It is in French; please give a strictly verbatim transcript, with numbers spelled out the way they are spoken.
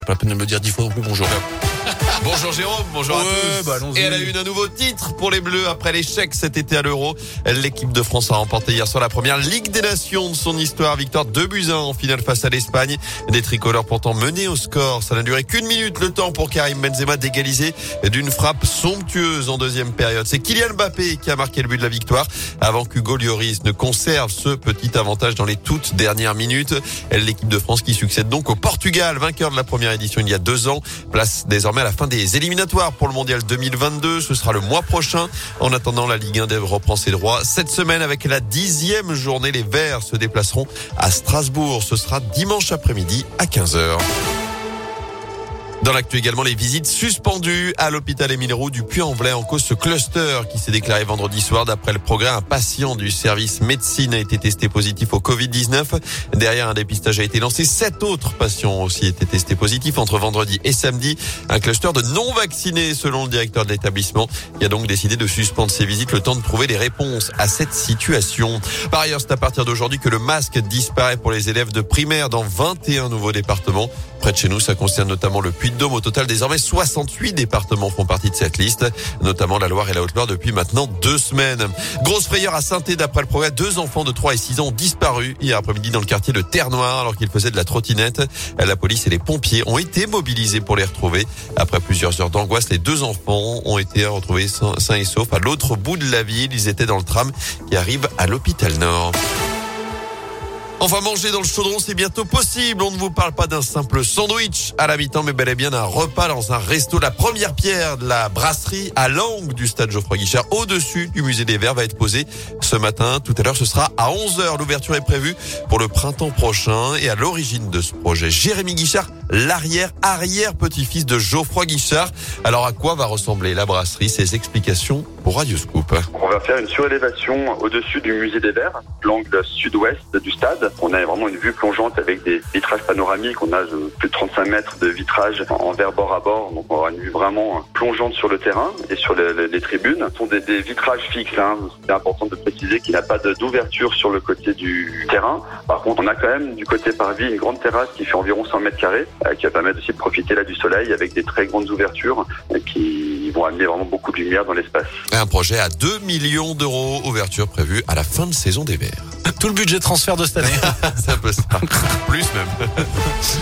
Pas la peine de me dire dix fois non plus bonjour. Bonjour Jérôme, bonjour ouais, à tous. Bah allons-y. Et elle a eu un nouveau titre pour les Bleus après l'échec cet été à l'Euro. L'équipe de France a remporté hier soir la première Ligue des Nations de son histoire. Victoire deux buts à un en finale face à l'Espagne. Des tricolores pourtant menés au score. Ça n'a duré qu'une minute le temps pour Karim Benzema d'égaliser d'une frappe somptueuse en deuxième période. C'est Kylian Mbappé qui a marqué le but de la victoire avant qu'Hugo Lloris ne conserve ce petit avantage dans les toutes dernières minutes. L'équipe de France qui succède donc au Portugal, vainqueur de la première édition il y a deux ans. Place désormais à la fin des éliminatoires pour le mondial deux mille vingt-deux. Ce sera le mois prochain. En attendant, la Ligue un reprend ses droits cette semaine avec la dixième journée. Les Verts se déplaceront à Strasbourg. Ce sera dimanche après-midi à quinze heures. Dans l'actu également, les visites suspendues à l'hôpital Émile Roux du Puy-en-Velay en cause ce cluster qui s'est déclaré vendredi soir. D'après le progrès, un patient du service médecine a été testé positif au covid dix-neuf. Derrière, un dépistage a été lancé. Sept autres patients ont aussi été testés positifs entre vendredi et samedi. Un cluster de non-vaccinés selon le directeur de l'établissement qui a donc décidé de suspendre ses visites le temps de trouver des réponses à cette situation. Par ailleurs, c'est à partir d'aujourd'hui que le masque disparaît pour les élèves de primaire dans vingt et un nouveaux départements. Près de chez nous, ça concerne notamment le Puy-de-Dôme. Au total, désormais, soixante-huit départements font partie de cette liste, notamment la Loire et la Haute-Loire depuis maintenant deux semaines. Grosse frayeur à Saint-Thé, d'après le progrès. Deux enfants de trois et six ans ont disparu hier après-midi dans le quartier de Terre-Noire alors qu'ils faisaient de la trottinette. La police et les pompiers ont été mobilisés pour les retrouver. Après plusieurs heures d'angoisse, les deux enfants ont été retrouvés sains et saufs à l'autre bout de la ville. Ils étaient dans le tram qui arrive à l'hôpital Nord. Enfin, manger dans le chaudron, c'est bientôt possible. On ne vous parle pas d'un simple sandwich à la mi-temps, mais bel et bien d'un repas dans un resto. La première pierre de la brasserie à l'angle du stade Geoffroy-Guichard, au-dessus du musée des Verts, va être posée ce matin. Tout à l'heure, ce sera à onze heures. L'ouverture est prévue pour le printemps prochain. Et à l'origine de ce projet, Jérémy Guichard, l'arrière-arrière-petit-fils de Geoffroy Guichard. Alors, à quoi va ressembler la brasserie? Ses explications pour Radio Scoop. On va faire une surélévation au-dessus du musée des Verts, l'angle sud-ouest du stade. On a vraiment une vue plongeante avec des vitrages panoramiques. On a plus de trente-cinq mètres de vitrage en verre bord à bord. Donc on aura une vue vraiment plongeante sur le terrain et sur les, les, les tribunes. Ce sont des, des vitrages fixes. Hein. C'est important de préciser qu'il n'y a pas de, d'ouverture sur le côté du terrain. Par contre, on a quand même du côté parvis une grande terrasse qui fait environ cent mètres carrés, euh, qui va permettre aussi de profiter là du soleil avec des très grandes ouvertures euh, qui vont amener vraiment beaucoup de lumière dans l'espace. Un projet à deux millions d'euros. Ouverture prévue à la fin de saison des Verts. Tout le budget transfert de cette année. C'est un peu ça. Plus même.